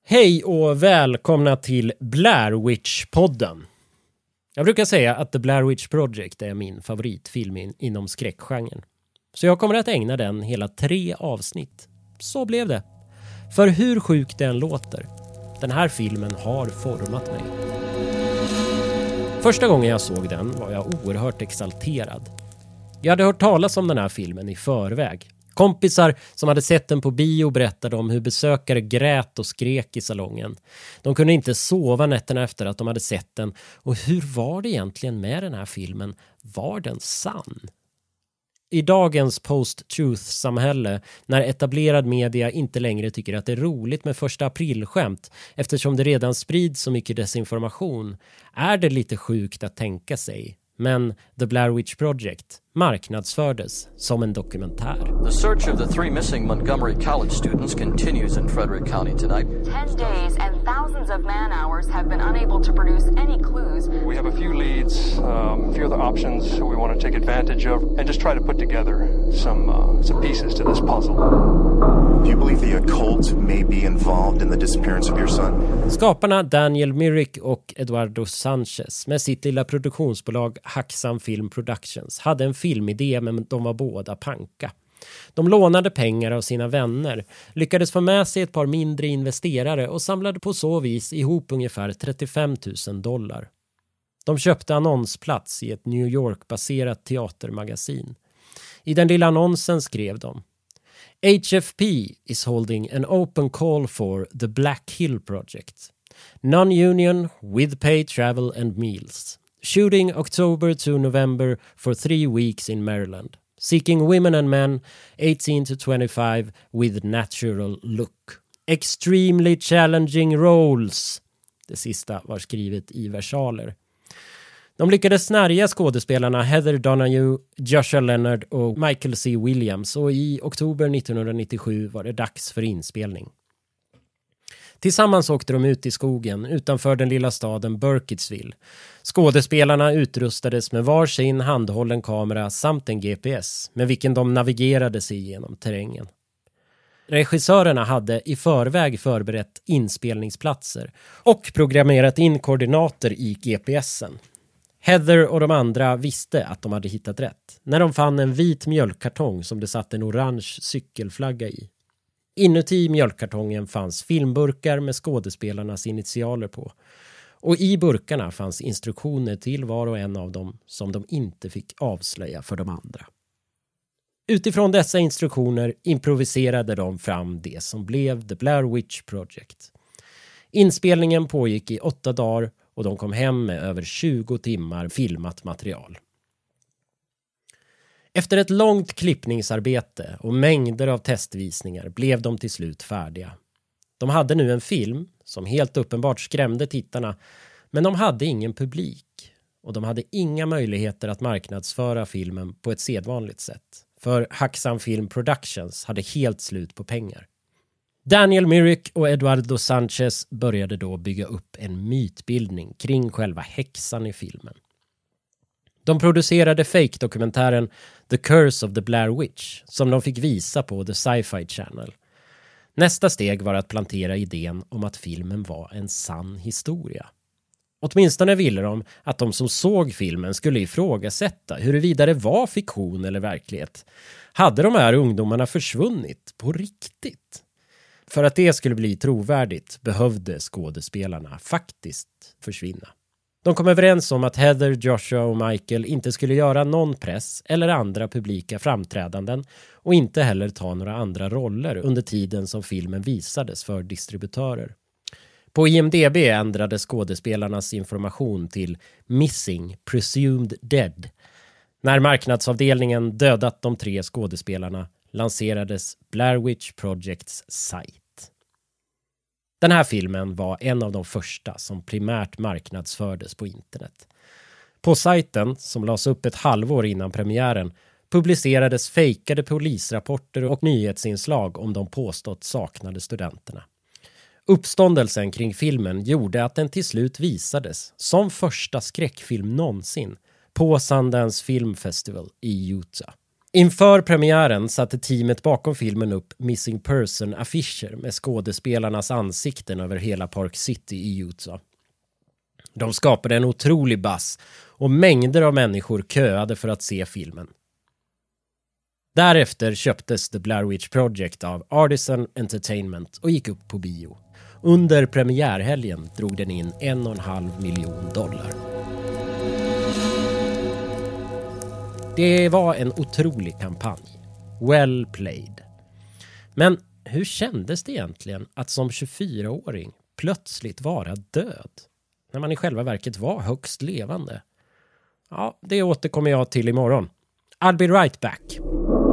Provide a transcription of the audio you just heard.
Hej och välkomna till Blair Witch-podden. Jag brukar säga att The Blair Witch Project är min favoritfilm inom skräckgenren. Så jag kommer att ägna den hela 3 avsnitt. Så blev det. För hur sjukt den låter, den här filmen har format mig. Första gången jag såg den var jag oerhört exalterad. Jag hade hört talas om den här filmen i förväg. Kompisar som hade sett den på bio berättade om hur besökare grät och skrek i salongen. De kunde inte sova nätterna efter att de hade sett den. Och hur var det egentligen med den här filmen? Var den sann? I dagens post-truth-samhälle, när etablerad media inte längre tycker att det är roligt med 1 april-skämt eftersom det redan sprids så mycket desinformation, är det lite sjukt att tänka sig. Men The Blair Witch Project marknadsfördes som en dokumentär. The search of the 3 missing Montgomery College students continues in Frederick County tonight. 10 days and thousands of man-hours have been unable to produce any clues. We have a few leads, few other options we want to take advantage of and just try to put together some pieces to this puzzle. Do you believe the occult may be involved in the disappearance of your son? Skaparna Daniel Myrick och Eduardo Sanchez med sitt lilla produktionsbolag Haxan Film Productions hade en filmidé, men de var båda panka. De lånade pengar av sina vänner, lyckades få med sig ett par mindre investerare och samlade på så vis ihop ungefär $35,000. De köpte annonsplats i ett New York-baserat teatermagasin. I den lilla annonsen skrev de: HFP is holding an open call for the Black Hill Project. Non-union with paid travel and meals. Shooting October to November for 3 weeks in Maryland. Seeking women and men 18 to 25 with natural look. Extremely challenging roles. Det sista var skrivet i versaler. De lyckades snärja skådespelarna Heather Donahue, Joshua Leonard och Michael C. Williams, och i oktober 1997 var det dags för inspelning. Tillsammans åkte de ut i skogen utanför den lilla staden Burkittsville. Skådespelarna utrustades med varsin handhållen kamera samt en GPS med vilken de navigerade sig genom terrängen. Regissörerna hade i förväg förberett inspelningsplatser och programmerat in koordinater i GPSen. Heather och de andra visste att de hade hittat rätt när de fann en vit mjölkkartong som det satt en orange cykelflagga i. Inuti mjölkkartongen fanns filmburkar med skådespelarnas initialer på. Och i burkarna fanns instruktioner till var och en av dem som de inte fick avslöja för de andra. Utifrån dessa instruktioner improviserade de fram det som blev The Blair Witch Project. Inspelningen pågick i 8 dagar och de kom hem med över 20 timmar filmat material. Efter ett långt klippningsarbete och mängder av testvisningar blev de till slut färdiga. De hade nu en film som helt uppenbart skrämde tittarna, men de hade ingen publik och de hade inga möjligheter att marknadsföra filmen på ett sedvanligt sätt. För Haxan Film Productions hade helt slut på pengar. Daniel Myrick och Eduardo Sanchez började då bygga upp en mytbildning kring själva häxan i filmen. De producerade fake-dokumentären The Curse of the Blair Witch som de fick visa på The Sci-Fi Channel. Nästa steg var att plantera idén om att filmen var en sann historia. Åtminstone ville de att de som såg filmen skulle ifrågasätta huruvida det var fiktion eller verklighet. Hade de här ungdomarna försvunnit på riktigt? För att det skulle bli trovärdigt behövde skådespelarna faktiskt försvinna. De kom överens om att Heather, Joshua och Michael inte skulle göra någon press eller andra publika framträdanden och inte heller ta några andra roller under tiden som filmen visades för distributörer. På IMDb ändrade skådespelarnas information till Missing, Presumed Dead. När marknadsavdelningen dödat de 3 skådespelarna lanserades Blair Witch Projects sajt. Den här filmen var en av de första som primärt marknadsfördes på internet. På sajten, som lades upp ett halvår innan premiären, publicerades fejkade polisrapporter och nyhetsinslag om de påstått saknade studenterna. Uppståndelsen kring filmen gjorde att den till slut visades som första skräckfilm någonsin på Sundance Film Festival i Utah. Inför premiären satte teamet bakom filmen upp Missing Person-affischer med skådespelarnas ansikten över hela Park City i Utah. De skapade en otrolig buzz och mängder av människor köade för att se filmen. Därefter köptes The Blair Witch Project av Artisan Entertainment och gick upp på bio. Under premiärhelgen drog den in $1,5 miljoner. Det var en otrolig kampanj. Well played. Men hur kändes det egentligen att som 24-åring plötsligt vara död? När man i själva verket var högst levande? Ja, det återkommer jag till imorgon. I'll be right back.